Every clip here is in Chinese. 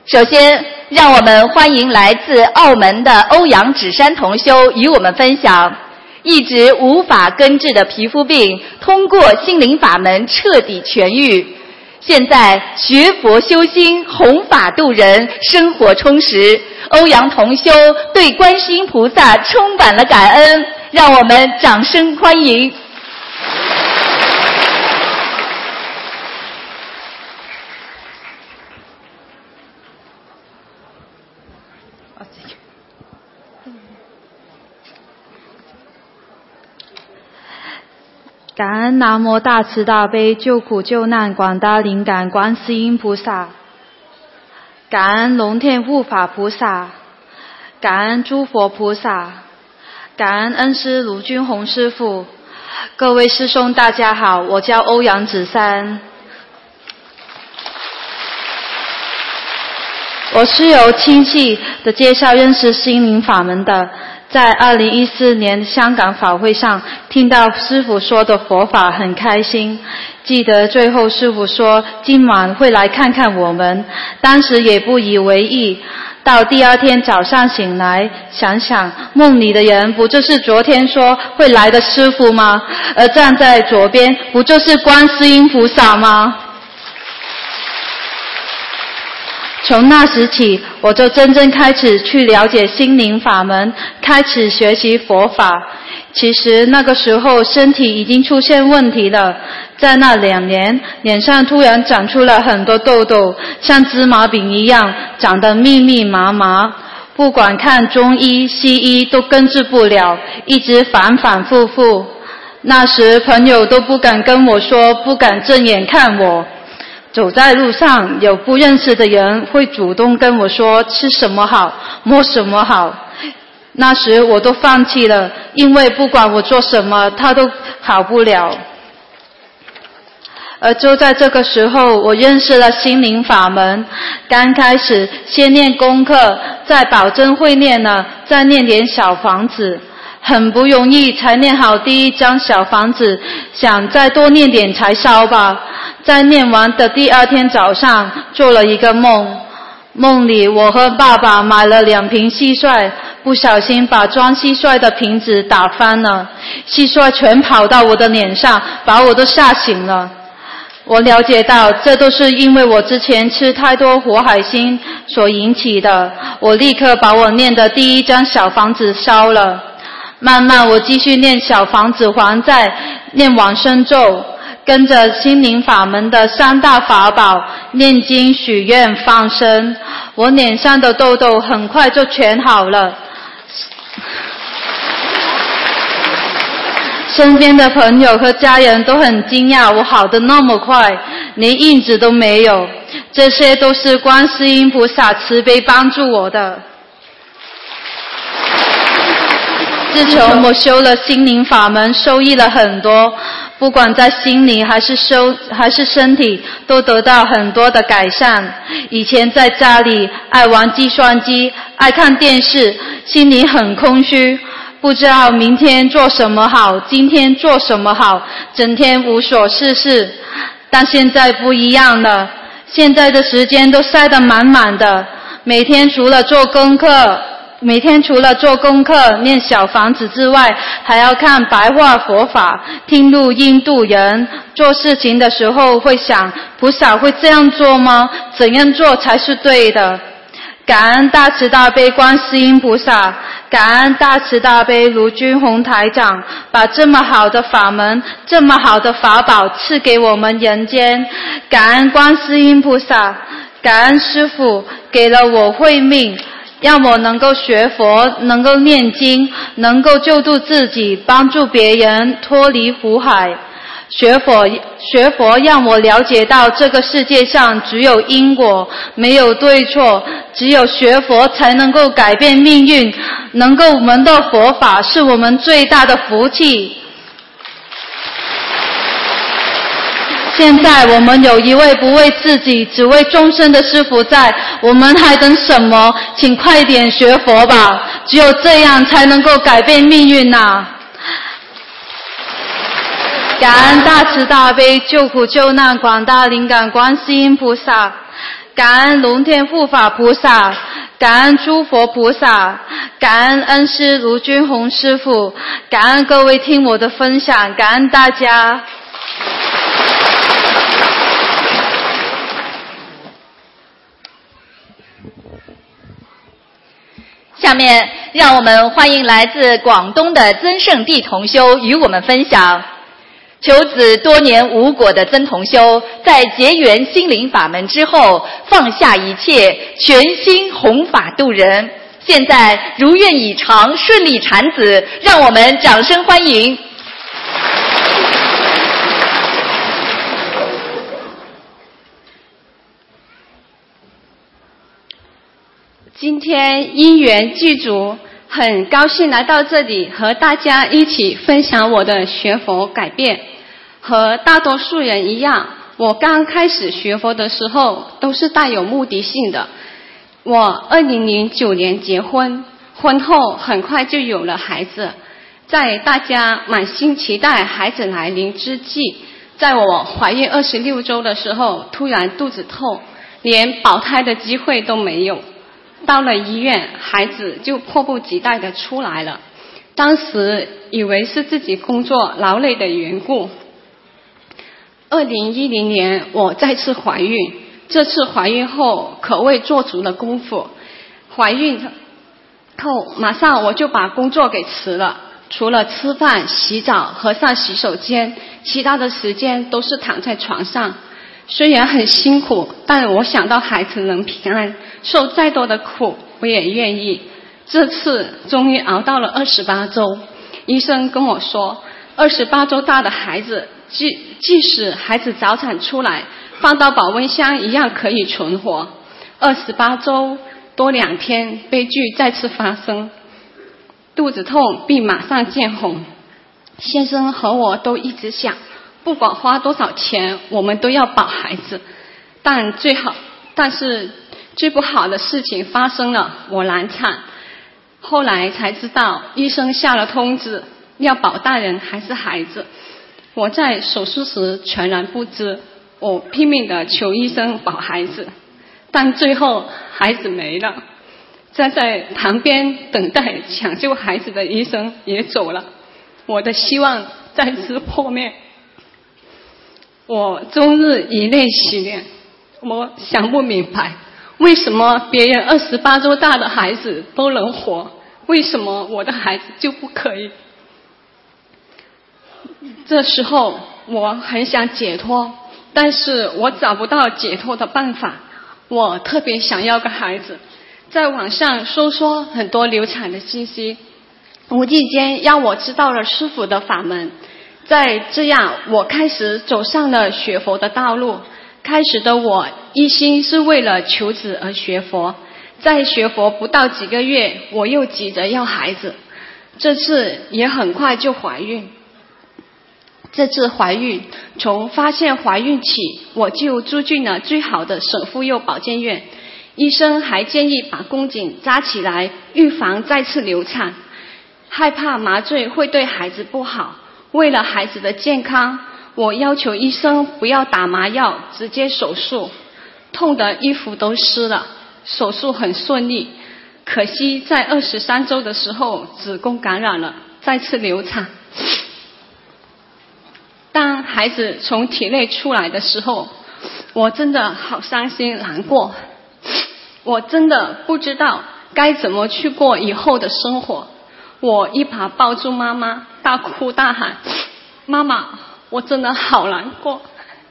首先，让我们欢迎来自澳门的欧阳芷珊同修与我们分享，一直无法根治的皮肤病，通过心灵法门彻底痊愈。现在学佛修心，弘法度人，生活充实。欧阳同修对观世音菩萨充满了感恩，让我们掌声欢迎。 感恩南无大慈大悲救苦救难广大灵感观世音菩萨，感恩龙天护法菩萨，感恩诸佛菩萨，感恩恩师卢军宏师父。各位师兄大家好，我叫欧阳芷珊。我是由亲戚的介绍认识心灵法门的，在2014年香港法会上听到师父说的佛法很开心，记得最后师父说今晚会来看看我们，当时也不以为意。到第二天早上醒来，想想梦里的人不就是昨天说会来的师父吗？而站在左边不就是观世音菩萨吗？从那时起，我就真正开始去了解心灵法门，开始学习佛法。其实那个时候身体已经出现问题了，在那2年，脸上突然长出了很多痘痘，像芝麻饼一样长得密密麻麻，不管看中医西医都根治不了，一直反反复复。那时朋友都不敢跟我说，不敢正眼看我。走在路上，有不认识的人会主动跟我说吃什么好，摸什么好。那时我都放弃了，因为不管我做什么，他都好不了。而就在这个时候，我认识了心灵法门。刚开始先念功课，再保证会念了，再念点小房子。很不容易才念好第1张小房子，想再多念点柴烧吧。在念完的第2天早上，做了一个梦，梦里我和爸爸买了2瓶蟋蟀，不小心把装蟋蟀的瓶子打翻了，蟋蟀全跑到我的脸上，把我都吓醒了。我了解到这都是因为我之前吃太多活海鲜所引起的，我立刻把我念的第1张小房子烧了。慢慢我继续念小房子还债，念往生咒，跟着心灵法门的3大法宝念经许愿放生，我脸上的痘痘很快就全好了。身边的朋友和家人都很惊讶我好得那么快，连印子都没有，这些都是观世音菩萨慈悲帮助我的。自从我修了心灵法门，受益了很多，不管在心理还是身体，都得到很多的改善。以前在家里爱玩计算机，爱看电视，心里很空虚，不知道明天做什么好，今天做什么好，整天无所事事。但现在不一样了，现在的时间都塞得满满的，每天除了做功课念小房子之外，还要看白话佛法，听录音度人。做事情的时候会想，菩萨会这样做吗？怎样做才是对的？感恩大慈大悲观世音菩萨，感恩大慈大悲卢军宏台长，把这么好的法门，这么好的法宝赐给我们人间。感恩观世音菩萨，感恩师父给了我慧命，让我能够学佛，能够念经，能够救度自己，帮助别人脱离苦海。学佛让我了解到这个世界上只有因果，没有对错，只有学佛才能够改变命运，能够闻到佛法是我们最大的福气。现在我们有一位不为自己只为众生的师父在，我们还等什么？请快点学佛吧，只有这样才能够改变命运啊。感恩大慈大悲救苦救难广大灵感观世音菩萨， 感恩龙天护法菩萨，感恩诸佛菩萨，感恩恩师卢军宏师父，感恩各位听我的分享，感恩大家。 下面让我们欢迎来自广东的曾圣地同修与我们分享。求子多年无果的曾同修，在结缘心灵法门之后，放下一切，全心弘法度人，现在如愿以偿，顺利产子，让我们掌声欢迎。 今天因缘具足，很高兴来到这里和大家一起分享我的学佛改变。和大多数人一样，我刚开始学佛的时候都是带有目的性的。我2009年结婚，婚后很快就有了孩子。在大家满心期待孩子来临之际，在我怀孕26周的时候，突然肚子痛，连保胎的机会都没有。到了医院，孩子就迫不及待地出来了。当时以为是自己工作劳累的缘故。2010年我再次怀孕，这次怀孕后可谓做足了功夫。怀孕后马上我就把工作给辞了，除了吃饭、洗澡和上洗手间，其他的时间都是躺在床上。虽然很辛苦，但我想到孩子能平安，受再多的苦我也愿意。这次终于熬到了28周，医生跟我说，28周大的孩子即使孩子早产出来，放到保温箱一样可以存活。28周多2天，悲剧再次发生，肚子痛并马上见红。先生和我都一直想，不管花多少钱，我们都要保孩子。但是最不好的事情发生了，我难产。后来才知道，医生下了通知，要保大人还是孩子。我在手术时全然不知，我拼命地求医生保孩子，但最后孩子没了。站在旁边等待抢救孩子的医生也走了，我的希望再次破灭。我终日以泪洗脸，我想不明白，为什么别人28周大的孩子都能活，为什么我的孩子就不可以？这时候我很想解脱，但是我找不到解脱的办法。我特别想要个孩子，在网上搜索很多流产的信息，无意间让我知道了师父的法门。在这样，我开始走上了学佛的道路。开始的我一心是为了求子而学佛，在学佛不到几个月，我又急着要孩子。这次也很快就怀孕。这次怀孕，从发现怀孕起，我就住进了最好的省妇幼保健院。医生还建议把宫颈扎起来，预防再次流产，害怕麻醉会对孩子不好。为了孩子的健康，我要求医生不要打麻药，直接手术。痛的衣服都湿了，手术很顺利。可惜在23周的时候，子宫感染了，再次流产。当孩子从体内出来的时候，我真的好伤心难过。我真的不知道该怎么去过以后的生活。我一把抱住妈妈，大哭大喊，妈妈，我真的好难过。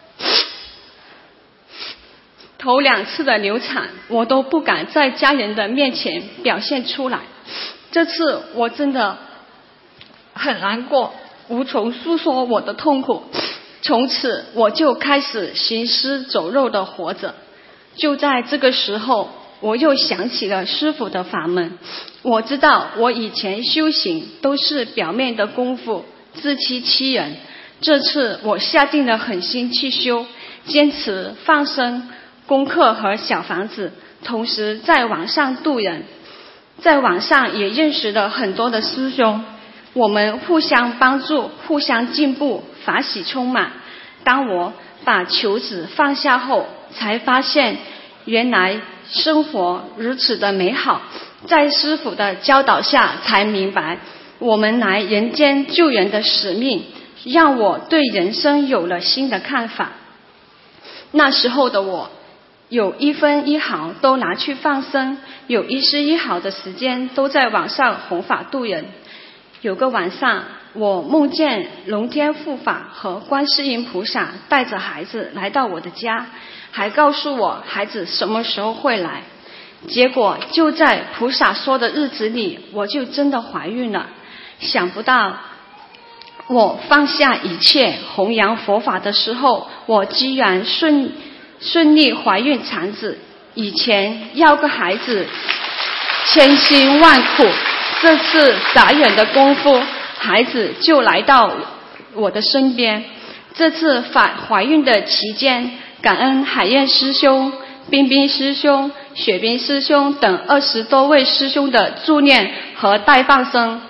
头2次的流产，我都不敢在家人的面前表现出来。这次我真的很难过，无从诉说我的痛苦。从此我就开始行尸走肉的活着。就在这个时候，我又想起了师父的法门。我知道我以前修行都是表面的功夫，自欺欺人。这次我下定了狠心去修，坚持放生、功课和小房子，同时在网上度人。在网上也认识了很多的师兄，我们互相帮助，互相进步，法喜充满。当我把求子放下后，才发现原来生活如此的美好，在师父的教导下才明白我们来人间救人的使命，让我对人生有了新的看法。那时候的我有一分一毫都拿去放生，有一丝一毫的时间都在网上弘法度人。有个晚上，我梦见龙天护法和观世音菩萨带着孩子来到我的家，还告诉我孩子什么时候会来。结果就在菩萨说的日子里，我就真的怀孕了。想不到我放下一切弘扬佛法的时候，我居然顺利怀孕产子。以前要个孩子千辛万苦，这次眨眼的功夫，孩子就来到我的身边。这次怀孕的期间，感恩海燕师兄、冰冰师兄、雪冰师兄等20多位师兄的助念和带放生。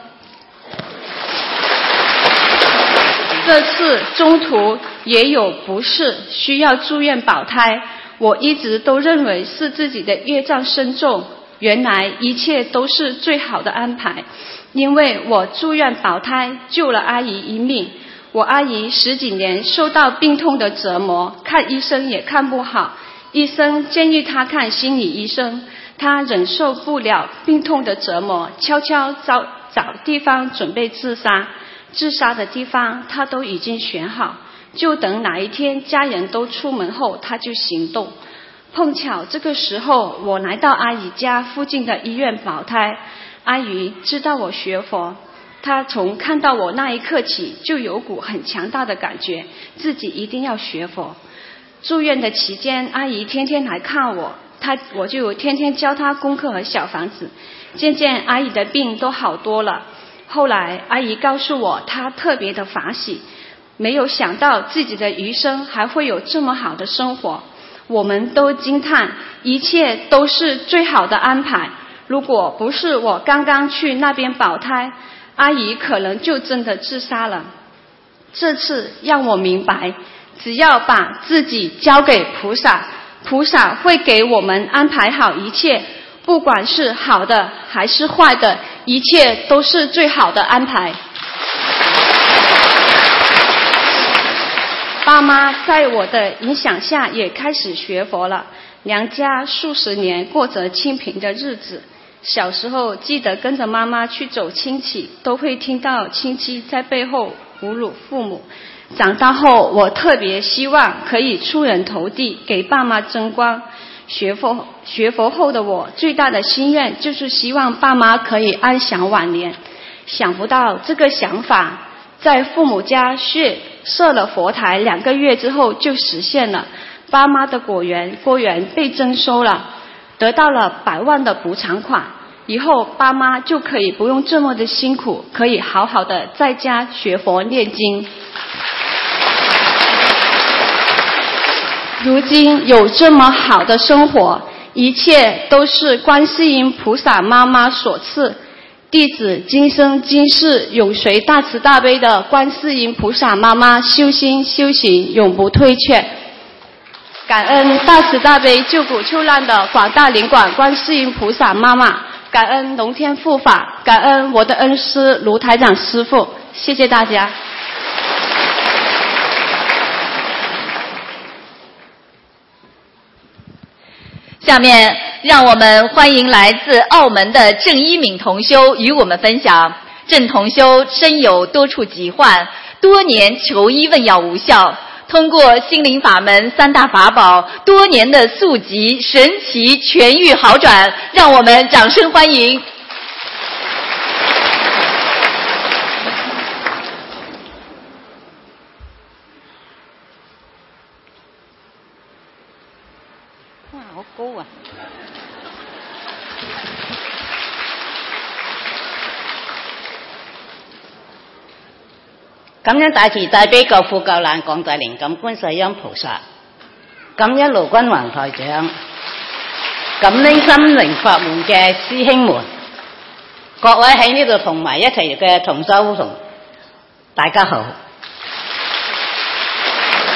这次中途也有不适，需要住院保胎，我一直都认为是自己的业障深重，原来一切都是最好的安排。因为我住院保胎救了阿姨一命，我阿姨10几年受到病痛的折磨，看医生也看不好，医生建议她看心理医生，她忍受不了病痛的折磨，悄悄找地方准备自杀。自杀的地方她都已经选好，就等哪一天家人都出门后她就行动。碰巧这个时候我来到阿姨家附近的医院保胎，阿姨知道我学佛，她从看到我那一刻起就有股很强大的感觉，自己一定要学佛。住院的期间，阿姨天天来看我，我就天天教她功课和小房子，渐渐阿姨的病都好多了。后来阿姨告诉我，她特别的法喜，没有想到自己的余生还会有这么好的生活。我们都惊叹，一切都是最好的安排。如果不是我刚刚去那边保胎，阿姨可能就真的自杀了。这次让我明白，只要把自己交给菩萨，菩萨会给我们安排好一切，不管是好的还是坏的，一切都是最好的安排。爸妈在我的影响下也开始学佛了，娘家数十年过着清贫的日子。小时候记得跟着妈妈去走亲戚，都会听到亲戚在背后侮辱父母。长大后我特别希望可以出人头地，给爸妈争光。学佛后的我最大的心愿就是希望爸妈可以安享晚年。想不到这个想法在父母家设了佛台2个月之后就实现了。爸妈的果园被征收了，得到了100万的补偿款，以后爸妈就可以不用这么的辛苦，可以好好的在家学佛念经。如今有这么好的生活，一切都是观世音菩萨妈妈所赐。弟子今生今世永随大慈大悲的观世音菩萨妈妈修心修行，永不退却。感恩大慈大悲救苦救难的广大灵感观世音菩萨妈妈，感恩龙天护法，感恩我的恩师卢台长师父，谢谢大家。 下面让我们欢迎来自澳门的郑一敏同修与我们分享。郑同修身有多处疾患，多年求医问药无效，通过心灵法门3大法宝，多年的宿疾神奇痊愈好转，让我们掌声欢迎。 哇，好高啊！感恩大慈大悲救苦救難廣大靈感觀世音菩薩，感恩盧君宏台長，感恩心靈法門嘅師兄們，各位喺呢度同埋一齊嘅同修同大家好。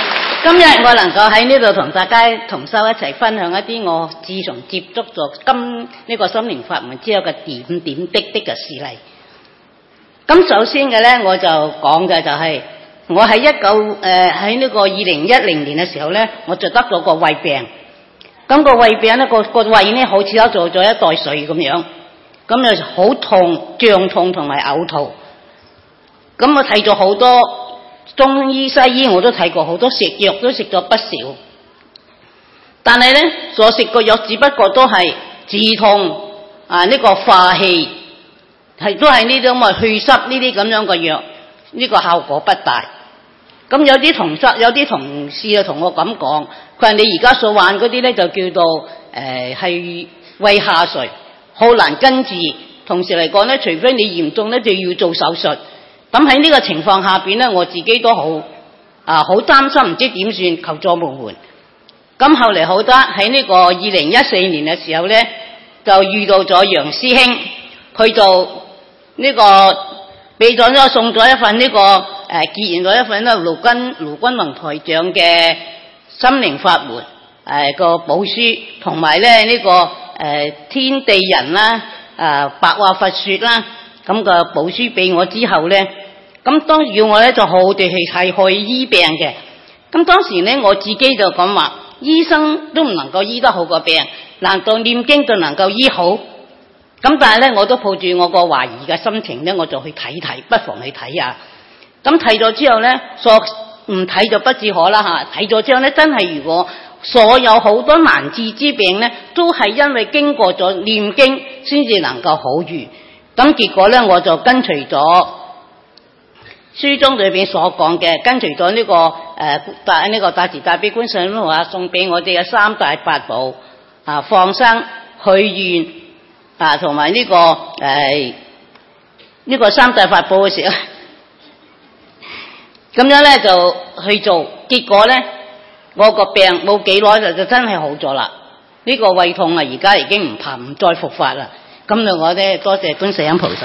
今日我能夠喺呢度同大家同修一齊分享一啲我自從接觸咗呢個心靈法門之後嘅點點滴滴嘅事例。咁首先嘅咧，我就講嘅就係、我喺喺呢個2010年嘅時候咧，我就得咗個胃病。咁個胃病咧，個胃咧好似做咗一袋水咁樣，咁就好痛、脹痛同埋嘔吐。咁我睇咗好多中醫西醫，我都睇過好多，食藥都食咗不少。但係咧，所食個藥只不過都係止痛呢個化氣，都係呢啲咁嘅祛濕呢啲咁樣嘅藥，呢個效果不大。咁有啲同事就同我咁講，佢話你而家所患嗰啲咧就叫做係胃下垂，好難根治。同時嚟講咧，除非你嚴重咧就要做手術。咁喺呢個情況下邊咧，我自己都好擔心，唔知點算，求助無門。咁後嚟好得喺呢個2014年嘅時候咧，就遇到咗楊師兄，佢就呢個送咗一份呢個結緣咗一份咧盧君宏台長嘅心靈法門個寶書，同埋咧呢個天地人啦白話佛說啦咁個寶書俾我之後咧，咁當時要我咧就好地係去醫病嘅。咁當時咧我自己就講話，醫生都唔能夠醫得好個病，難道念經就能夠醫好？咁但係咧我都抱住我個懷疑嘅心情咧，我就去睇，不妨去睇下。咁睇咗之後咧，唔睇就不自可啦吓。睇咗之後咧，真係如果所有好多難治之病咧，都係因為經過咗念經先至能夠好愈。咁結果咧，我就跟隨咗書中裏邊所講嘅，跟隨咗呢個大慈大悲觀世音菩薩送俾我哋嘅三大法寶放生、許願同埋呢個三大法寶嘅時候，咁樣咧就去做。結果咧，我個病冇幾耐就真係好咗啦。呢個胃痛而家已經唔再復發啦。咁就我咧多謝觀世音菩薩。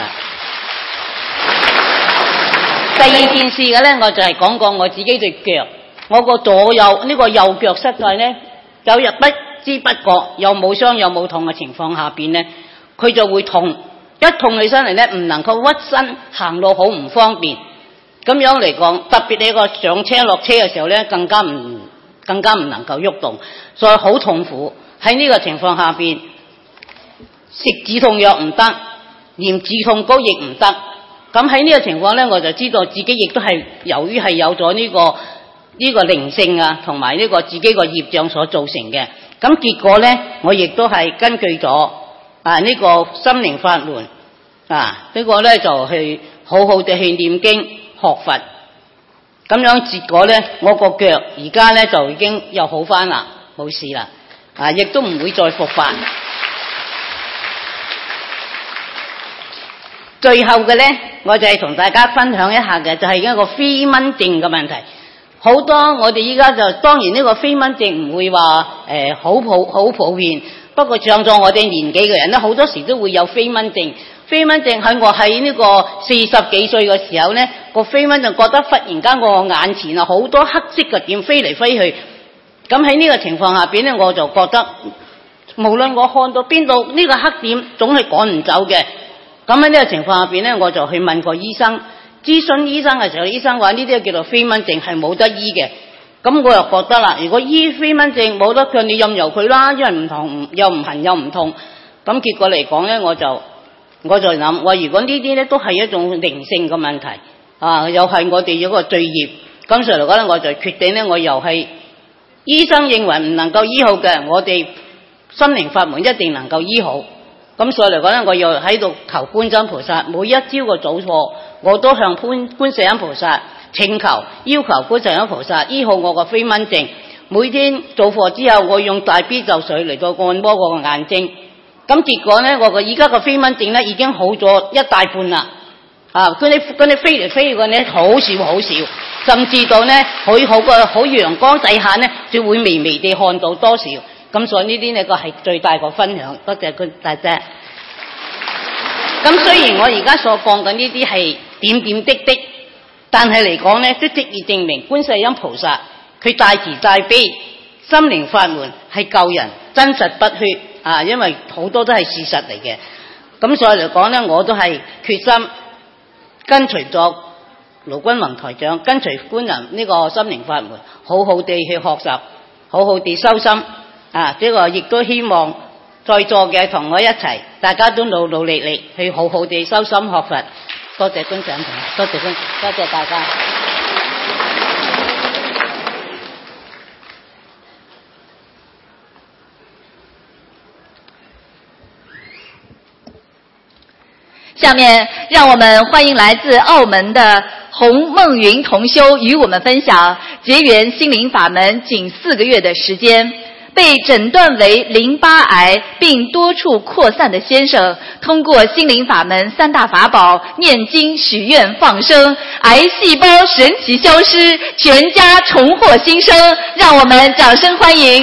第二件事嘅咧，我就係講過我自己對腳，我個左右呢個右腳膝蓋咧，有日不知不覺又冇傷又冇痛嘅情況下邊咧，佢就會痛，一痛起身嚟咧，唔能夠屈身，行路好唔方便。咁樣嚟講，特別你個上車落車嘅時候咧，更加唔能夠喐動，所以好痛苦。喺呢個情況下邊，食止痛藥唔得，連止痛膏亦唔得。咁喺呢個情況咧，我就知道自己亦都係由於係有咗呢個靈性同埋呢個自己個業障所造成嘅。咁結果咧，我亦都係根據咗呢個心靈法門呢個咧就去好好地去念經學佛。咁樣結果咧，我個腳而家咧就已經又好翻啦，冇事啦，亦都唔會再復發。最後嘅咧，我就係同大家分享一下嘅，就係一個飛蚊症嘅問題。好多我哋依家就當然呢個飛蚊症唔會話好普遍，不過上咗我哋年紀嘅人咧，好多時都會有飛蚊症。飛蚊症喺我喺呢個40幾歲嘅時候咧，個飛蚊就覺得忽然間我眼前好多黑色嘅點飛嚟飛去。咁喺呢個情況下邊咧，我就覺得無論我看到邊度呢個黑點總係趕唔走嘅。咁喺呢個情況下邊咧，我就去問過醫生，諮詢醫生嘅時候，醫生話呢啲叫做飛蚊症，係冇得醫嘅。咁我又覺得啦，如果醫飛蚊症冇得佢，你任由佢啦，因為唔痛又唔痕又唔痛。咁結果嚟講咧，我就諗，我如果呢啲咧都係一種靈性嘅問題又係我哋一個罪業。咁所以嚟講咧，我就決定咧，我又係醫生認為唔能夠醫好嘅，我哋心靈法門一定能夠醫好。咁所以嚟講咧，我又喺度求觀世音菩薩，每一朝嘅早課，我都向觀世音菩薩請求，要求觀世音菩薩醫好我個飛蚊症。每天早課之後，我用大悲咒水嚟到按摩我個眼睛。咁結果咧，我依家個飛蚊症咧已經好咗一大半啦。佢哋飛嚟飛去嘅咧，好少，甚至到咧好陽光底下咧，就會微微地看到多少。咁所以呢啲呢個係最大個分享，多謝大家。咁雖然我而家所講嘅呢啲係點點滴滴，但係嚟講呢，都足以證明觀世音菩薩佢大慈大悲，心靈法門係救人，真實不虛啊！因為好多都係事實嚟嘅。咁所以嚟講咧，我都係決心跟隨咗盧君宏台長，跟隨觀音呢個心靈法門，好好地去學習，好好地修心啊！呢個亦都希望在座嘅同我一齊，大家都努力去好好地修心學佛。多謝觀長，多謝大家。 下面让我们欢迎来自澳门的洪梦云同修与我们分享结缘心灵法门仅4个月的时间，被诊断为淋巴癌并多处扩散的先生，通过心灵法门3大法宝念经许愿放生，癌细胞神奇消失，全家重获新生。让我们掌声欢迎。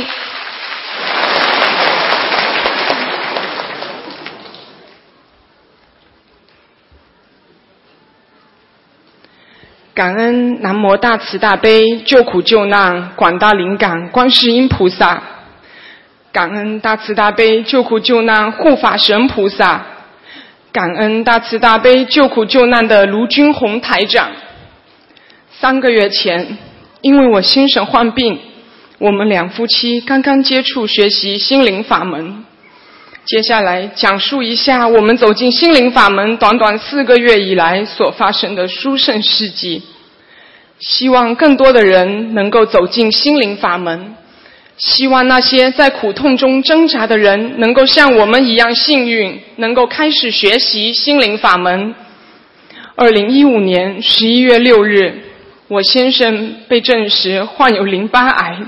感恩南无大慈大悲救苦救难广大灵感观世音菩萨，感恩大慈大悲救苦救难护法神菩萨，感恩大慈大悲救苦救难的卢军宏台长。3个月前，因为我先生患病，我们2夫妻刚刚接触学习心灵法门。接下来讲述一下我们走进心灵法门短短4个月以来所发生的殊胜事迹，希望更多的人能够走进心灵法门，希望那些在苦痛中挣扎的人能够像我们一样幸运，能够开始学习心灵法门。2015年11月6日，我先生被证实患有淋巴癌。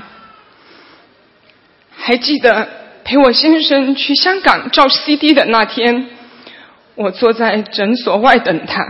还记得陪我先生去香港照 CD 的那天，我坐在诊所外等他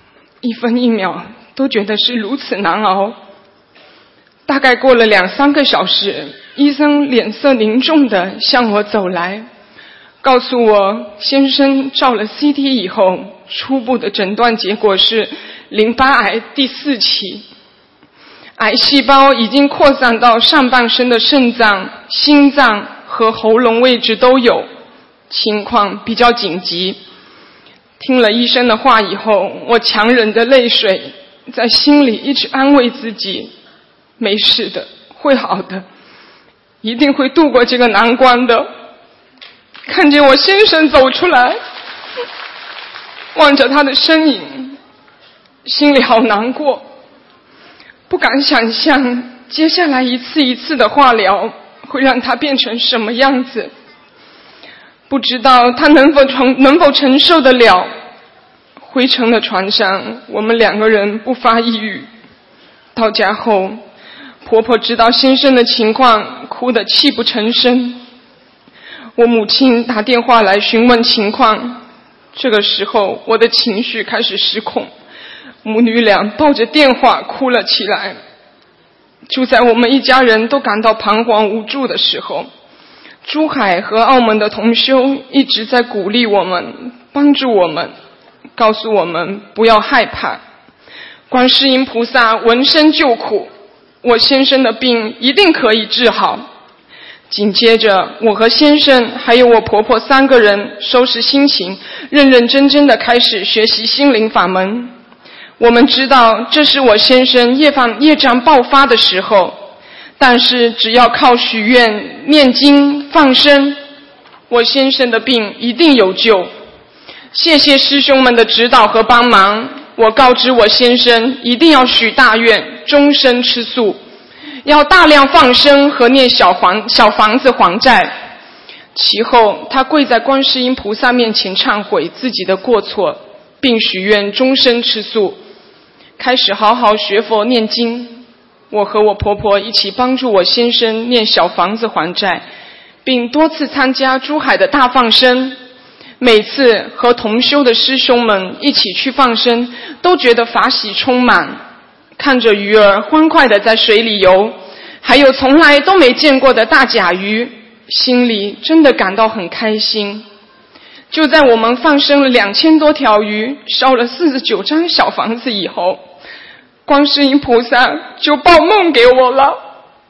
，1分1秒都觉得是如此难熬。大概过了2-3个小时，医生脸色凝重地向我走来，告诉我先生照了 CD 以后，初步的诊断结果是淋巴癌第4期，癌细胞已经扩散到上半身的肾脏、心脏和喉咙位置都有，情况比较紧急。听了医生的话以后，我强忍着泪水，在心里一直安慰自己，没事的，会好的，一定会度过这个难关的。看见我先生走出来，望着他的身影，心里好难过，不敢想象接下来一次一次的化疗会让他变成什么样子，不知道他能否承受得了。回程的船上，我们2个人不发一语。到家后，婆婆知道先生的情况，哭得泣不成声。我母亲打电话来询问情况，这个时候我的情绪开始失控，母女俩抱着电话哭了起来。就在我们一家人都感到彷徨无助的时候，珠海和澳门的同修一直在鼓励我们，帮助我们，告诉我们不要害怕，观世音菩萨闻声救苦，我先生的病一定可以治好。紧接着，我和先生还有我婆婆3个人收拾心情，认认真真地开始学习心灵法门。我们知道这是我先生业障爆发的时候，但是只要靠许愿、念经、放生，我先生的病一定有救。谢谢师兄们的指导和帮忙，我告知我先生一定要许大愿，终身吃素，要大量放生和念小房子还债。其后他跪在观世音菩萨面前忏悔自己的过错，并许愿终身吃素，开始好好学佛念经。我和我婆婆一起帮助我先生念小房子还债，并多次参加珠海的大放生。每次和同修的师兄们一起去放生，都觉得法喜充满，看着鱼儿欢快地在水里游，还有从来都没见过的大甲鱼，心里真的感到很开心。就在我们放生了2000多条鱼，烧了49张小房子以后，观世音菩萨就报梦给我了。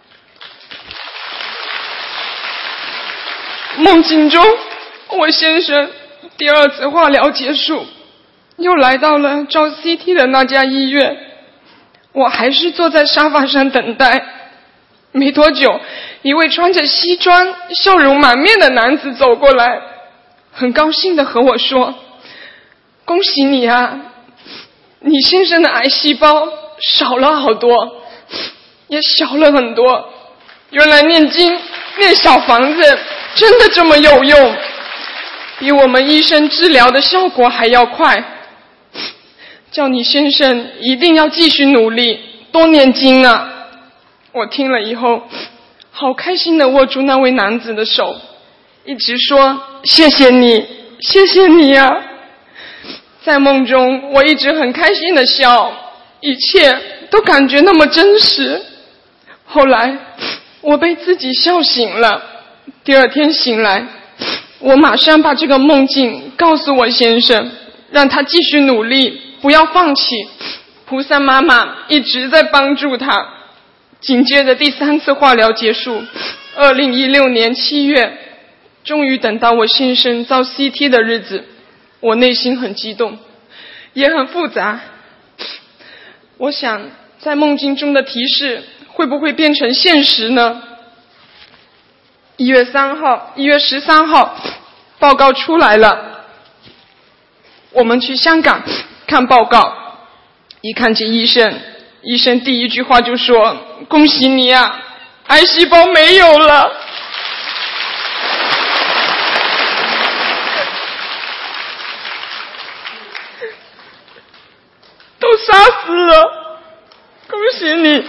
梦境中，我先生第二次化疗结束，又来到了照 CT 的那家医院，我还是坐在沙发上等待。没多久，一位穿着西装、笑容满面的男子走过来，很高兴地和我说：“恭喜你啊，你先生的癌细胞少了好多，也小了很多。原来念经、念小房子真的这么有用，比我们医生治疗的效果还要快。叫你先生一定要继续努力，多念经啊。”我听了以后，好开心地握住那位男子的手，一直说：“谢谢你，谢谢你啊。”在梦中，我一直很开心地笑，一切都感觉那么真实。后来，我被自己笑醒了。第二天醒来，我马上把这个梦境告诉我先生，让他继续努力，不要放弃。菩萨妈妈一直在帮助他。紧接着第3次化疗结束，2016年7月，终于等到我先生照 CT 的日子，我内心很激动，也很复杂。我想，在梦境中的提示会不会变成现实呢？1月13号，报告出来了，我们去香港看报告，一看见医生第一句话就说：“恭喜你啊，癌细胞没有了。”都杀死了，恭喜你。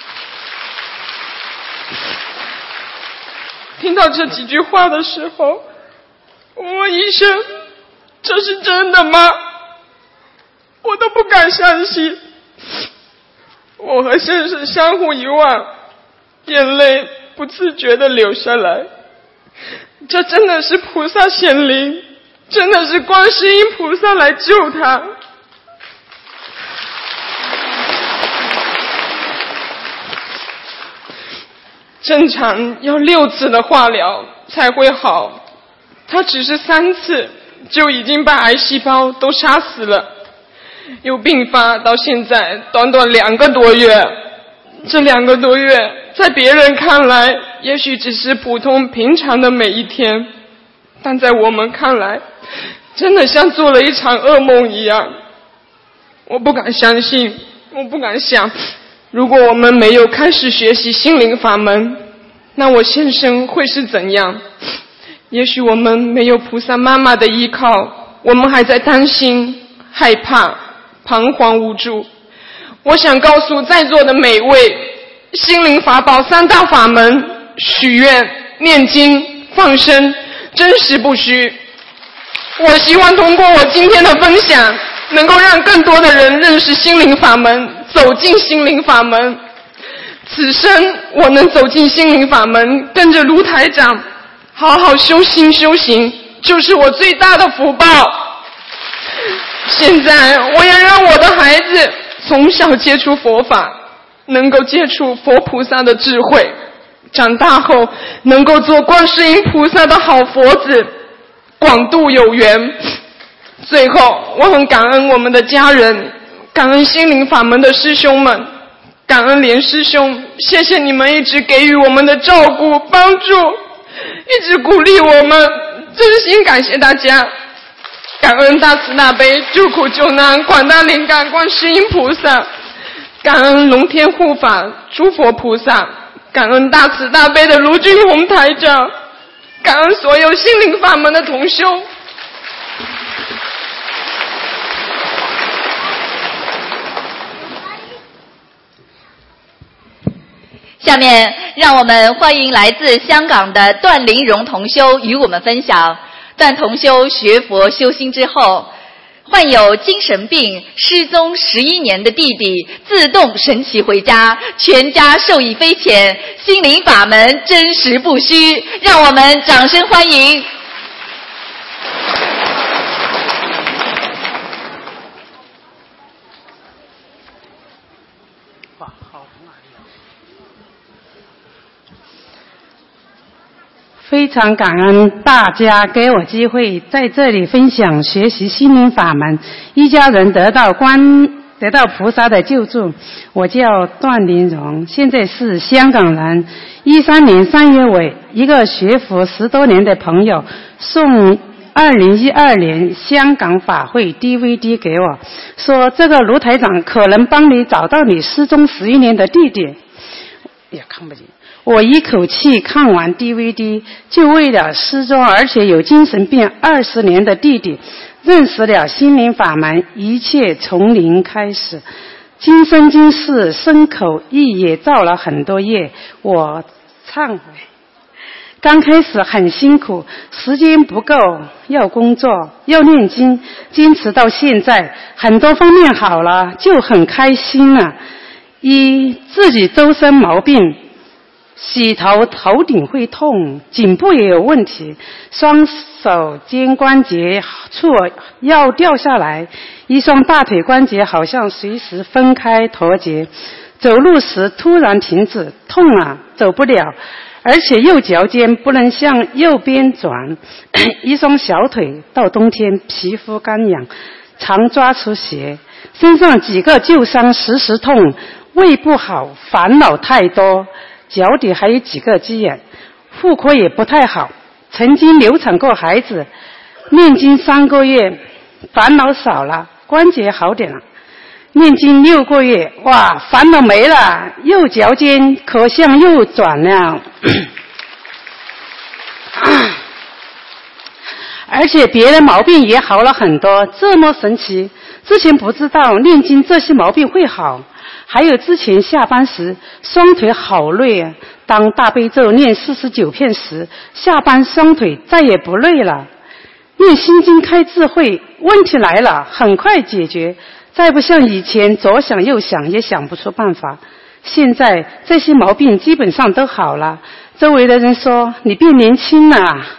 听到这几句话的时候，我问医生：“这是真的吗？”我都不敢相信。我和先生相互一望，眼泪不自觉地流下来。这真的是菩萨显灵，真的是观世音菩萨来救他。正常要6次的化疗才会好，他只是3次就已经把癌细胞都杀死了。又并发到现在短短2个多月，这2个多月在别人看来也许只是普通平常的每一天，但在我们看来真的像做了一场噩梦一样。我不敢相信，我不敢想，如果我们没有开始学习心灵法门，那我先生会是怎样？也许我们没有菩萨妈妈的依靠，我们还在担心、害怕、彷徨无助。我想告诉在座的每位，心灵法宝3大法门：许愿、念经、放生，真实不虚。我希望通过我今天的分享，能够让更多的人认识心灵法门，走进心灵法门。此生我能走进心灵法门，跟着卢台长好好修心修行，就是我最大的福报。现在我也让我的孩子从小接触佛法，能够接触佛菩萨的智慧，长大后能够做观世音菩萨的好佛子，广度有缘。最后我很感恩我们的家人，感恩心灵法门的师兄们，感恩莲师兄，谢谢你们一直给予我们的照顾帮助，一直鼓励我们，真心感谢大家。感恩大慈大悲救苦救难广大灵感观世音菩萨，感恩龙天护法诸佛菩萨，感恩大慈大悲的卢俊宏台长，感恩所有心灵法门的同修。 下面让我们欢迎来自香港的段玲蓉同修与我们分享。段同修学佛修心之后，患有精神病失踪11年的弟弟自动神奇回家，全家受益匪浅，心灵法门真实不虚，让我们掌声欢迎。 非常感恩大家给我机会在这里分享学习心灵法门，一家人得到菩萨的救助。我叫段玲荣，现在是香港人。13年3月尾，一个学佛10多年的朋友送2012年香港法会 DVD 给我，说这个卢台长可能帮你找到你失踪11年的弟弟。也看不见。我一口气看完 DVD， 就为了失踪而且有精神病20年的弟弟，认识了心灵法门，一切从零开始。今生今世身口意也造了很多业，我忏悔。刚开始很辛苦，时间不够，要工作，要念经，坚持到现在，很多方面好了，就很开心了。自己周身毛病，洗头头顶会痛，颈部也有问题，双手肩关节处要掉下来，一双大腿关节好像随时分开脱节，走路时突然停止，痛啊，走不了，而且右脚尖不能向右边转，一双小腿到冬天皮肤干痒，常抓出血，身上几个旧伤时时痛，胃不好，烦恼太多，脚底还有几个鸡眼，妇科也不太好，曾经流产过孩子，念经3个月，烦恼少了，关节好点了。念经6个月，哇，烦恼没了，右脚尖可向右转了，而且别的毛病也好了很多，这么神奇！之前不知道念经这些毛病会好。还有之前下班时双腿好累啊，当大悲咒念49遍时，下班双腿再也不累了。念心经开智慧，问题来了很快解决，再不像以前左想右想也想不出办法。现在这些毛病基本上都好了，周围的人说你变年轻了。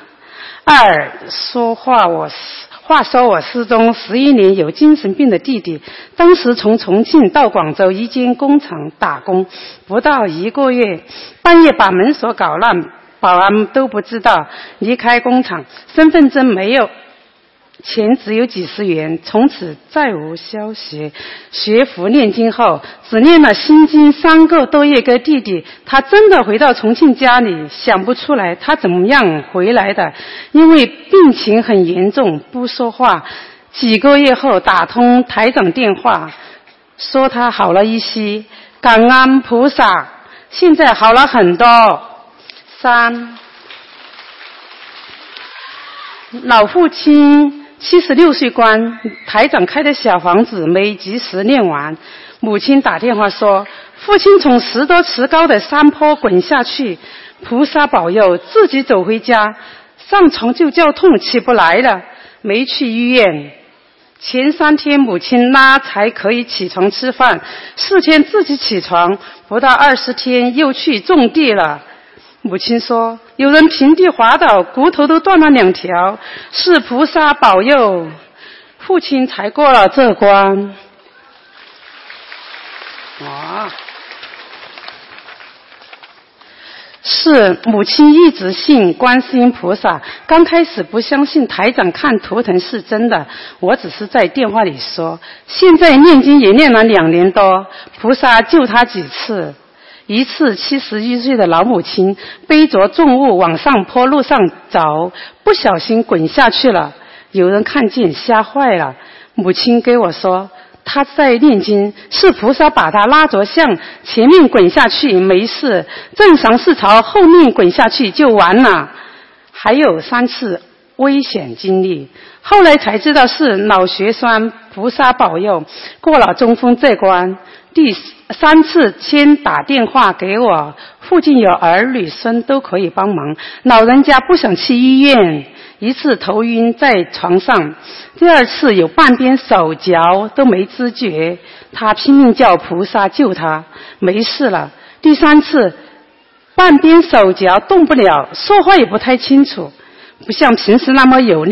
话说我失踪11年，有精神病的弟弟，当时从重庆到广州一间工厂打工，不到1个月，半夜把门锁搞烂，保安都不知道，离开工厂，身份证没有，钱只有几十元，从此再无消息。学佛念经后，只念了心经3个多月给弟弟，他真的回到重庆家里，想不出来他怎么样回来的，因为病情很严重，不说话。几个月后打通台长电话，说他好了一些，感恩菩萨，现在好了很多。3，老父亲76岁关，台长开的小房子没及时念完，母亲打电话说父亲从10多尺高的山坡滚下去，菩萨保佑，自己走回家，上床就叫痛，起不来了，没去医院。前3天母亲拉才可以起床吃饭，4天自己起床，不到20天又去种地了。母亲说有人平地滑倒，骨头都断了2条，是菩萨保佑，父亲才过了这关。是母亲一直信观世音菩萨，刚开始不相信台长看图腾是真的，我只是在电话里说，现在念经也念了2年多，菩萨救他几次。一次71岁的老母亲背着重物往上坡路上走，不小心滚下去了，有人看见吓坏了，母亲给我说他在念经，是菩萨把他拉着向前面滚下去没事，正常是朝后面滚下去就完了。还有3次危险经历，后来才知道是脑血栓，菩萨保佑过了中风这关。第3次先打电话给我，附近有儿女孙都可以帮忙，老人家不想去医院。1次头晕在床上，第2次有半边手脚都没知觉，他拼命叫菩萨救他，没事了。第3次半边手脚动不了，说话也不太清楚，不像平时那么有力，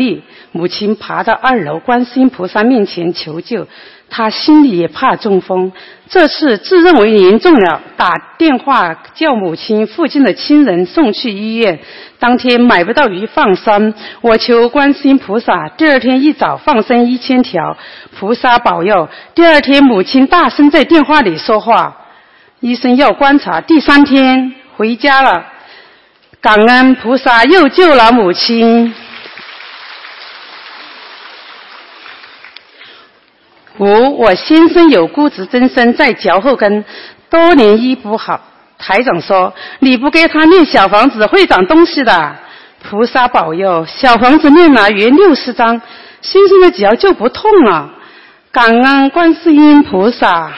母亲爬到2楼观世音菩萨面前求救，她心里也怕中风，这次自认为严重了，打电话叫母亲附近的亲人送去医院。当天买不到鱼放生，我求观世音菩萨第2天一早放生1000条，菩萨保佑。第2天母亲大声在电话里说话，医生要观察，第3天回家了。感恩菩萨又救了母亲。5. 我先生有骨质增生在脚后跟，多年医不好，台长说你不给他念小房子会长东西的，菩萨保佑，小房子念了约60张，先生的脚就不痛了，感恩观世音菩萨。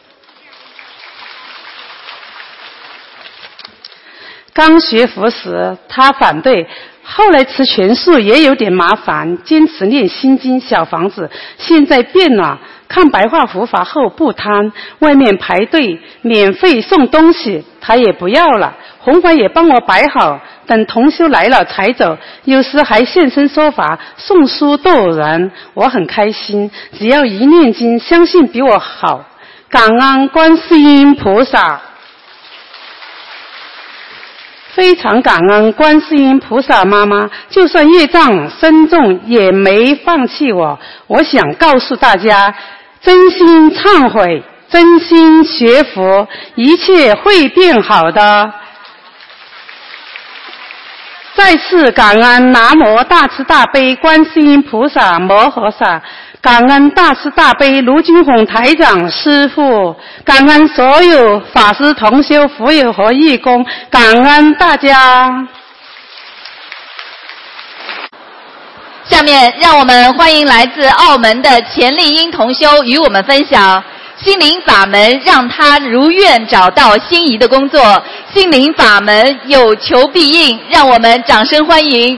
刚学佛时他反对，后来吃全素也有点麻烦，坚持念心经小房子，现在变了，看白话佛法后不贪，外面排队免费送东西他也不要了，红牌也帮我摆好，等同修来了才走，有时还现身说法送书逗人，我很开心，只要一念经相信比我好，感恩观世音菩萨。非常感恩观世音菩萨妈妈，就算业障深重也没放弃我。我想告诉大家，真心忏悔，真心学佛，一切会变好的。再次感恩南无大慈大悲观世音菩萨摩诃萨，感恩大慈大悲卢军宏台长师父，感恩所有法师同修佛友和义工，感恩大家。 下面让我们欢迎来自澳门的钱丽英同修与我们分享心灵法门让他如愿找到心仪的工作，心灵法门有求必应，让我们掌声欢迎。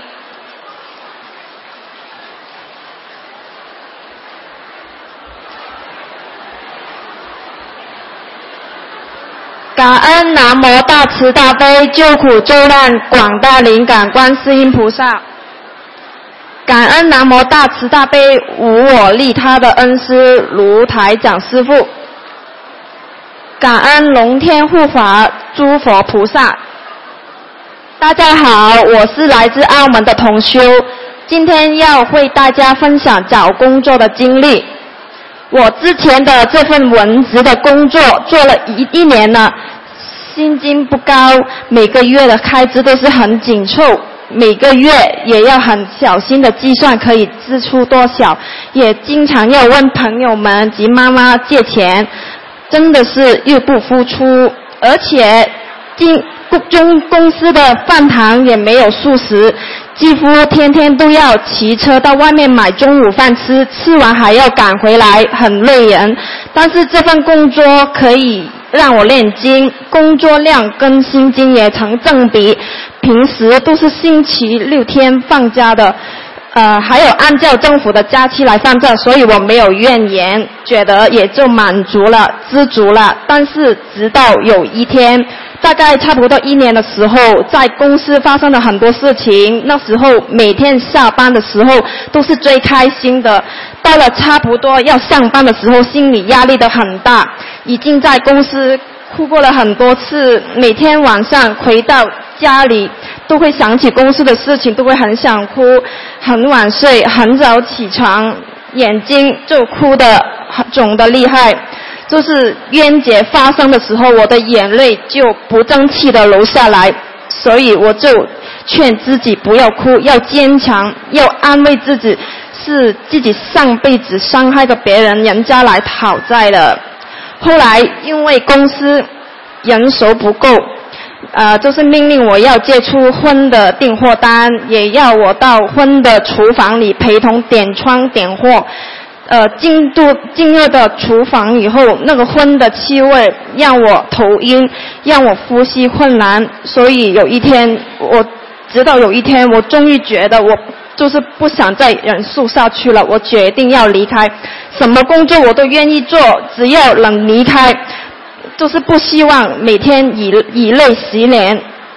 感恩南无大慈大悲救苦救难广大灵感观世音菩萨，感恩南无大慈大悲无我利他的恩师卢台长师父，感恩龙天护法诸佛菩萨。大家好，我是来自澳门的同修，今天要为大家分享找工作的经历。我之前的这份文职的工作做了一年了，薪金不高，每个月的开支都是很紧凑，每个月也要很小心的计算可以支出多少，也经常要问朋友们及妈妈借钱，真的是入不敷出，而且公司的饭堂也没有素食，几乎天天都要骑车到外面买中午饭吃，吃完还要赶回来，很累人。但是这份工作可以让我念经，工作量跟薪金也成正比，平时都是星期6天放假的，还有按照政府的假期来放假，所以我没有怨言，觉得也就满足了，知足了。但是直到有一天，大概差不多1年的时候，在公司发生了很多事情，那时候每天下班的时候都是最开心的，到了差不多要上班的时候，心理压力都很大，已经在公司哭过了很多次，每天晚上回到家里都会想起公司的事情，都会很想哭，很晚睡，很早起床，眼睛就哭得肿得厉害。就是冤结发生的时候，我的眼泪就不争气的流下来，所以我就劝自己不要哭，要坚强，要安慰自己，是自己上辈子伤害了别人，人家来讨债了。后来因为公司人手不够，就是命令我要借出荤的订货单，也要我到荤的厨房里陪同点窗点货。进入的厨房以后，那个荤的气味让我头晕，让我呼吸困难，所以直到有一天我终于觉得我就是不想再忍受下去了，我决定要离开，什么工作我都愿意做，只要能离开，就是不希望每天以泪洗脸。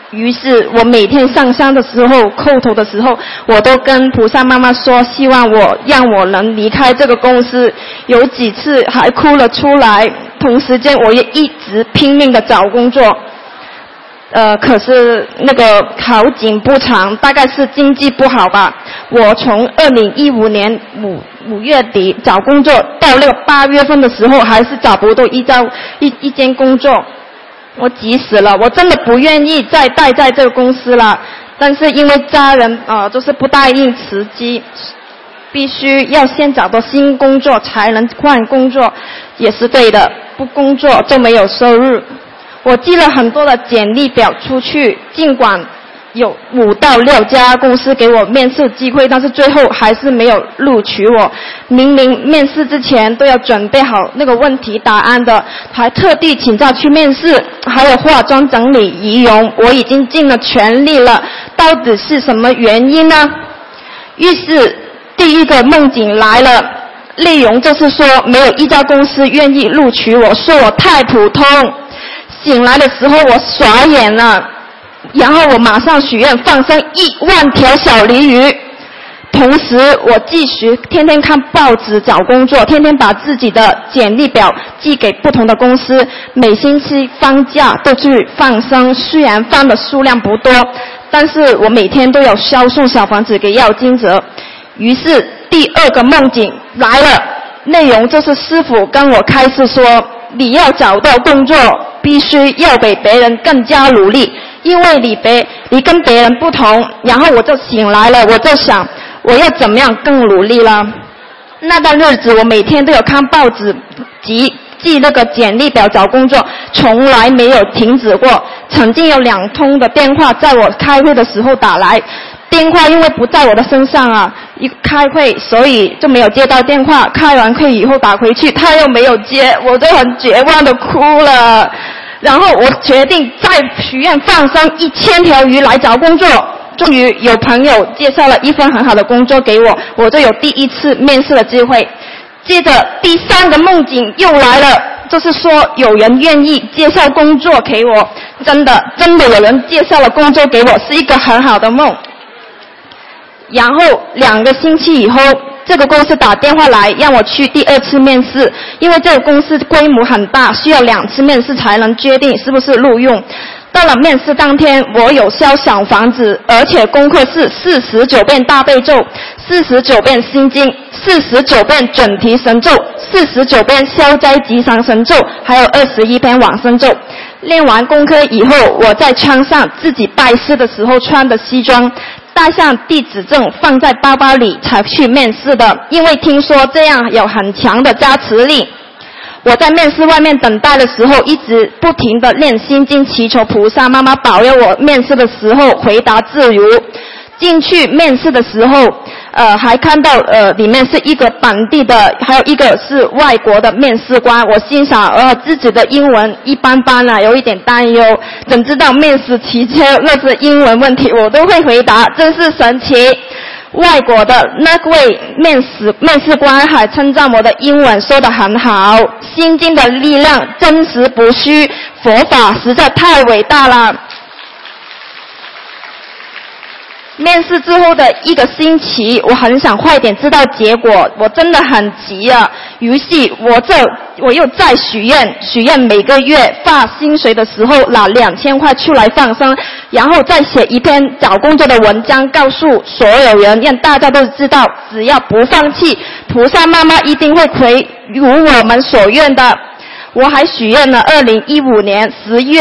于是我每天上香的时候，叩头的时候，我都跟菩萨妈妈说，希望让我能离开这个公司。有几次还哭了出来，同时间我也一直拼命的找工作。可是那个好景不长，大概是经济不好吧。我从2015年5月底找工作，到那个8月份的时候，还是找不到一间工作。我急死了，我真的不愿意再待在这个公司了。但是因为家人就是不答应辞职，必须要先找到新工作才能换工作，也是对的。不工作就没有收入。我寄了很多的简历表出去，尽管有5到6家公司给我面试机会，但是最后还是没有录取我。明明面试之前都要准备好那个问题答案的，还特地请假去面试，还有化妆整理仪容，我已经尽了全力了，到底是什么原因呢？于是第一个梦境来了，内容就是说没有一家公司愿意录取我，说我太普通。醒来的时候我傻眼了，然后我马上许愿放生1万条小鲤鱼。同时我继续天天看报纸找工作，天天把自己的简历表寄给不同的公司，每星期放假都去放生。虽然放的数量不多，但是我每天都有销送小房子给要经者。于是第二个梦境来了，内容就是师父跟我开示说，你要找到工作必须要比别人更加努力，因为你跟别人不同。然后我就醒来了，我就想我要怎么样更努力了。那段日子我每天都有看报纸寄那个简历表找工作，从来没有停止过。曾经有2通的电话在我开会的时候打来，电话因为不在我的身上啊，一开会所以就没有接到电话。开完会以后打回去，他又没有接，我就很绝望的哭了。然后我决定再许愿放生1000条鱼来找工作。终于有朋友介绍了一份很好的工作给我，我就有第一次面试的机会。接着第3个梦境又来了，就是说有人愿意介绍工作给我，真的有人介绍了工作给我，是一个很好的梦。然后2个星期以后，这个公司打电话来让我去第2次面试，因为这个公司规模很大，需要2次面试才能决定是不是录用。到了面试当天，我有烧小房子，而且功课是49遍大悲咒，49遍心经，49遍准提神咒，49遍消灾吉祥神咒，还有21篇往生咒。练完功课以后，我再穿上自己拜师的时候穿的西装，带上地址证放在包包里才去面试的，因为听说这样有很强的加持力。我在面试外面等待的时候，一直不停地念心经，祈求菩萨妈妈保佑我面试的时候回答自如。进去面试的时候，还看到里面是一个本地的，还有一个是外国的面试官。我心想，自己的英文一般般啊，有一点担忧。怎知道面试期间那是英文问题我都会回答，真是神奇。外国的那位面试官还称赞我的英文说得很好，心经的力量真实不虚，佛法实在太伟大了。面试之后的1个星期，我很想快点知道结果，我真的很急啊。于是我又再许愿每个月发薪水的时候拿2000块出来放生，然后再写一篇找工作的文章，告诉所有人，让大家都知道，只要不放弃，菩萨妈妈一定会如我们所愿的。我还许愿了2015年12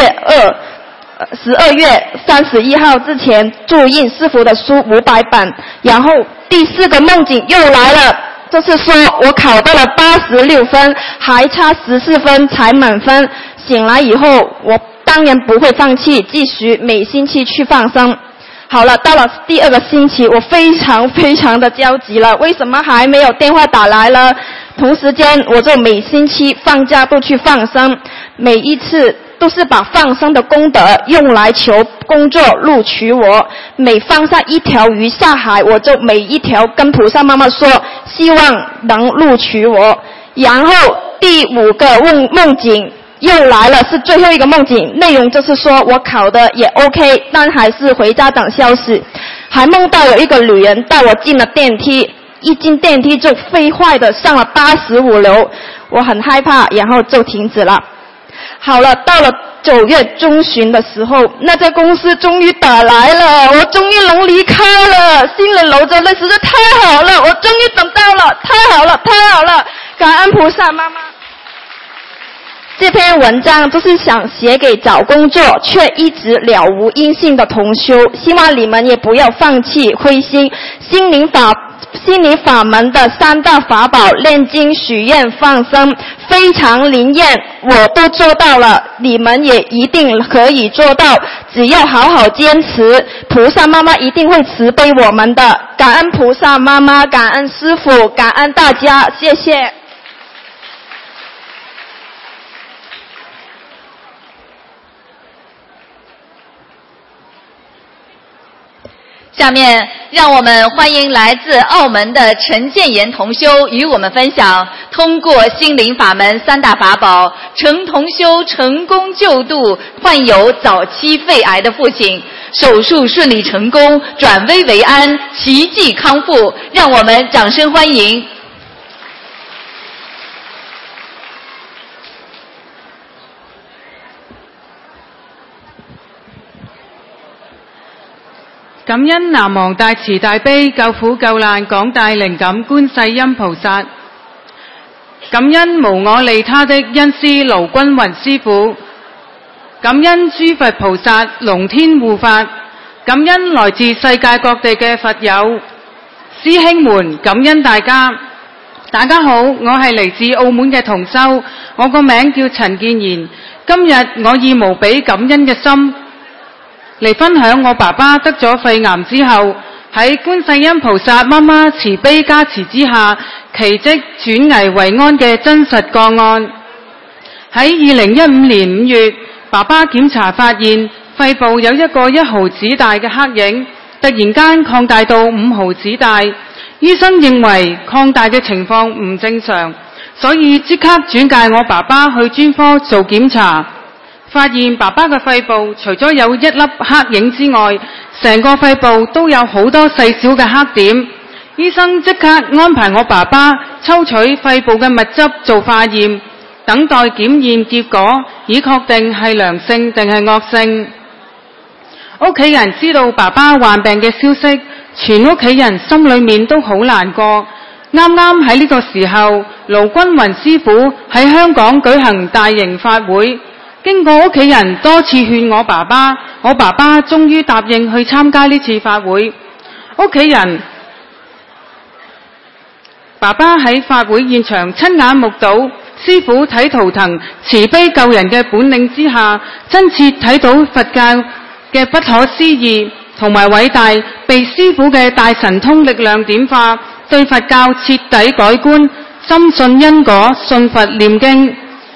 月31号之前注印师父的书500本。然后第4个梦境又来了，就是说我考到了86分，还差14分才满分。醒来以后，我当然不会放弃，继续每星期去放生。好了，到了第2个星期，我非常的焦急了，为什么还没有电话打来了？同时间我就每星期放假都去放生，每一次都是把放生的功德用来求工作录取我。每放上1条鱼下海，我就每一条跟菩萨妈妈说，希望能录取我。然后第5个梦境又来了，是最后一个梦境，内容就是说我考的也 OK， 但还是回家等消息。还梦到有一个女人带我进了电梯，一进电梯就飞快的上了85楼，我很害怕，然后就停止了。好了，到了9月中旬的时候，那家公司终于打来了，我终于能离开了，心里流着泪，实在太好了，我终于等到了，太好了，太好了，感恩菩萨妈妈。这篇文章就是想写给找工作却一直了无音信的同修，希望你们也不要放弃灰心。心灵法门的3大法宝，念经、许愿、放生，非常灵验，我都做到了，你们也一定可以做到，只要好好坚持，菩萨妈妈一定会慈悲我们的。感恩菩萨妈妈，感恩师父，感恩大家，谢谢。 下面让我们欢迎来自澳门的陈建言同修与我们分享，通过心灵法门3大法宝，陈同修成功救度患有早期肺癌的父亲，手术顺利成功，转危为安，奇迹康复，让我们掌声欢迎。 感恩南無大慈大悲救苦救難廣大靈感觀世音菩薩，感恩無我利他的恩師盧君雲師父，感恩諸佛菩薩龍天護法，感恩來自世界各地嘅佛友師兄們，感恩大家。大家好，我係嚟自澳門嘅同修，我個名叫陳建賢。今日我以無比感恩嘅心嚟分享我爸爸得咗肺癌之後，喺觀世音菩薩媽媽慈悲加持之下，奇蹟轉危為安嘅真實個案。喺2015年5月，爸爸檢查發現肺部有一個1毫子大嘅黑影，突然間擴大到5毫子大。醫生認為擴大嘅情況唔正常，所以即刻轉介我爸爸去專科做檢查。發現爸爸嘅肺部除咗有1粒黑影之外，成個肺部都有好多細小嘅黑點。醫生即刻安排我爸爸抽取肺部嘅物質做化驗，等待檢驗結果，以確定係良性定係惡性。屋企人知道爸爸患病嘅消息，全屋企人心裏面都好難過。啱啱喺呢個時候，盧君雲師傅喺香港舉行大型法會，經過屋企人多次勸我爸爸終於答應去參加呢次法會。屋企人爸爸喺法會現場親眼目睹師傅睇圖騰慈悲救人嘅本領之下，真切睇到佛教嘅不可思議同埋偉大，被師傅嘅大神通力量點化，對佛教徹底改觀，深信因果，信佛念經。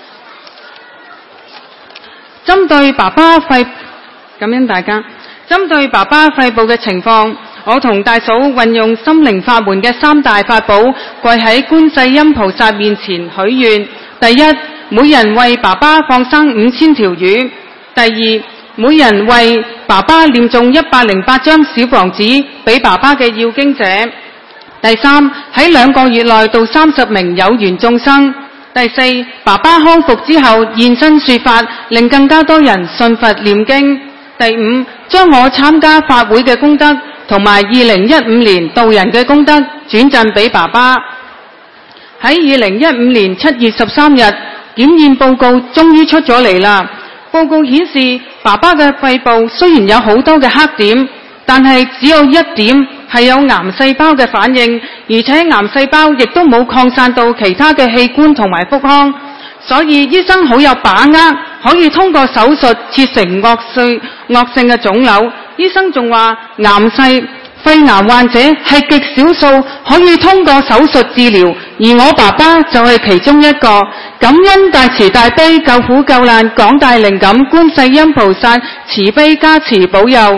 針對爸爸肺，感恩大家。針對爸爸肺部嘅情況，我同大嫂運用心靈法門嘅3大法寶，跪喺觀世音菩薩面前許願。第一，每人為爸爸放生5000條魚；第二，每人為爸爸念誦108張小房子俾爸爸嘅要經者；第三，喺2個月內度30名有緣眾生。第四，爸爸康復之後現身說法，令更加多人信佛念經。第五，將我參加法會嘅功德同埋2015年渡人嘅功德轉贈俾爸爸。喺2015年7月13日，檢驗報告終於出咗嚟啦。報告顯示爸爸嘅肺部雖然有好多嘅黑點，但係只有1點係有癌細胞嘅反應，而且癌細胞亦都冇擴散到其他嘅器官同埋腹腔，所以醫生好有把握可以通過手術切成惡性嘅腫瘤。醫生仲話肺癌患者係極少數可以通過手術治療，而我爸爸就係其中一個。感恩大慈大悲救苦救難廣大靈感觀世音菩薩慈悲加持保佑。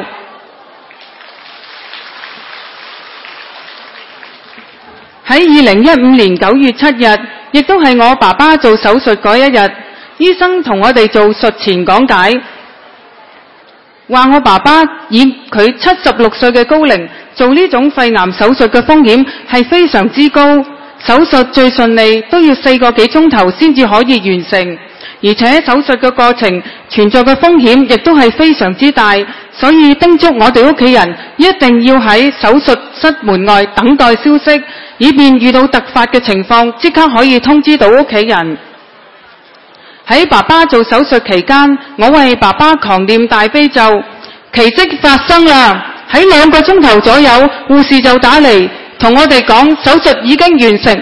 喺2015年9月7日，亦都係我爸爸做手術嗰一日， 醫生同我哋做術前講解，話我爸爸以佢76歲嘅高齡做呢種肺癌手術嘅風險係非常之高，手術最順利都要4個幾鐘頭先至可以完成，而且手術嘅過程存在嘅風險亦都係非常之大，所以叮囑我哋屋企人一定要喺手術室門外等待消息，以便遇到突發嘅情況即刻可以通知到屋企人。喺爸爸做手術期間，我為爸爸狂念大悲咒，奇蹟發生啦！喺2個鐘頭左右，護士就打嚟同我哋講手術已經完成。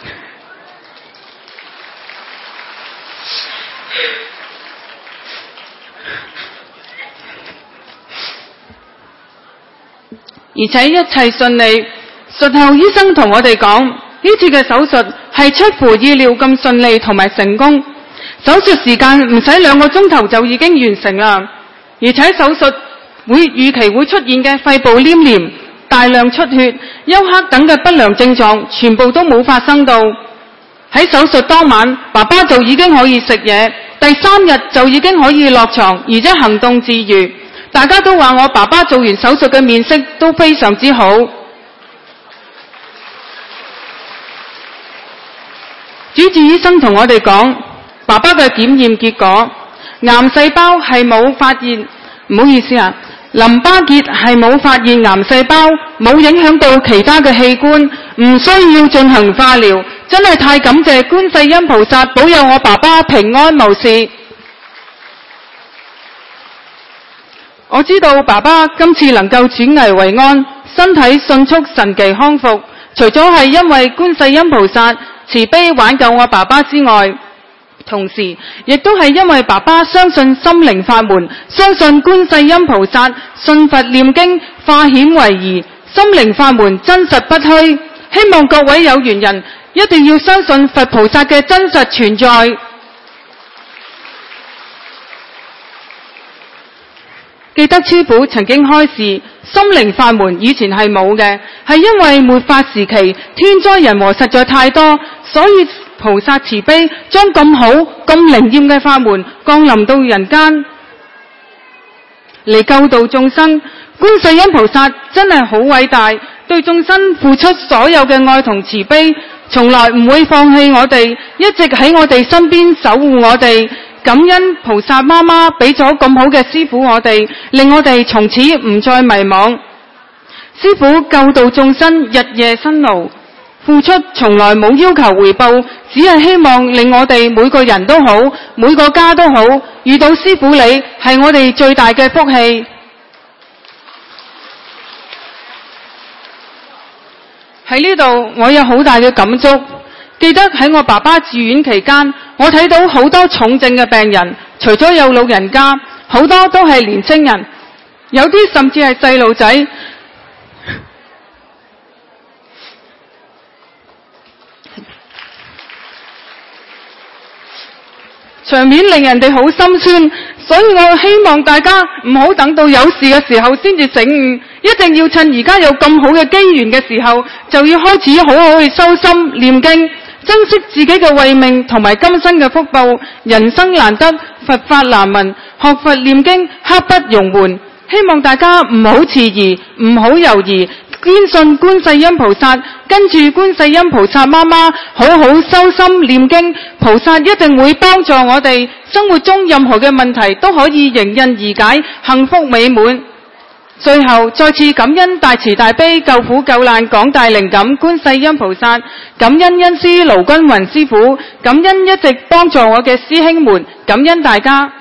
而且一切順利。術後醫生同我哋講，呢次嘅手術係出乎意料咁順利同埋成功。手術時間唔使2個鐘頭就已經完成啦，而且手術預期會出現嘅肺部黏連、大量出血、休克等嘅不良症狀全部都冇發生到。喺手術當晚，爸爸就已經可以食嘢，第3日就已經可以落床，而且行動自如。大家都話我爸爸做完手術嘅面色都非常之好。主治醫生同我哋講，爸爸嘅檢驗結果，癌細胞係冇發現，唔好意思啊，淋巴結係冇發現癌細胞，冇影響到其他嘅器官，唔需要進行化療，真係太感謝觀世音菩薩保佑我爸爸平安無事。我知道爸爸今次能夠轉危為安，身體迅速神奇康復，除咗係因為觀世音菩薩慈悲挽救我爸爸之外，同時亦都係因為爸爸相信心靈法門，相信觀世音菩薩，信佛念經，化險為夷，心靈法門真實不虛。希望各位有緣人一定要相信佛菩薩嘅真實存在。記得師父曾經開示，心靈法門以前係冇嘅，係因為末法時期天災人禍實在太多，所以菩薩慈悲將咁好咁靈驗嘅法門降臨到人間嚟救度眾生。觀世音菩薩真係好偉大，對眾生付出所有嘅愛同慈悲，從來唔會放棄我哋，一直喺我哋身邊守護我哋。感恩菩薩媽媽俾咗咁好嘅師父我哋，令我哋從此唔再迷惘。師父救度眾生日夜辛勞，付出從來冇要求回報，只係希望令我哋每個人都好，每個家都好。遇到師父你係我哋最大嘅福氣。喺呢度我有好大嘅感觸。記得喺我爸爸住院期間，我睇到好多重症嘅病人，除咗有老人家，好多都係年青人，有啲甚至係細路仔。場面令人哋好心酸，所以我希望大家唔好等到有事嘅時候先至醒悟，一定要趁而家有咁好嘅機緣嘅時候，就要開始好好去修心念經，珍惜自己嘅慧命同埋今生嘅福報。人生難得，佛法難聞，學佛念經刻不容緩。希望大家唔好遲疑，唔好猶豫，堅信觀世音菩薩，跟住觀世音菩薩媽媽好好修心念經，菩薩一定會幫助我哋，生活中任何嘅問題都可以迎刃而解，幸福美滿。最後再次感恩大慈大悲救苦救難廣大靈感觀世音菩薩，感恩恩師盧君雲師父，感恩一直幫助我嘅師兄們，感恩大家。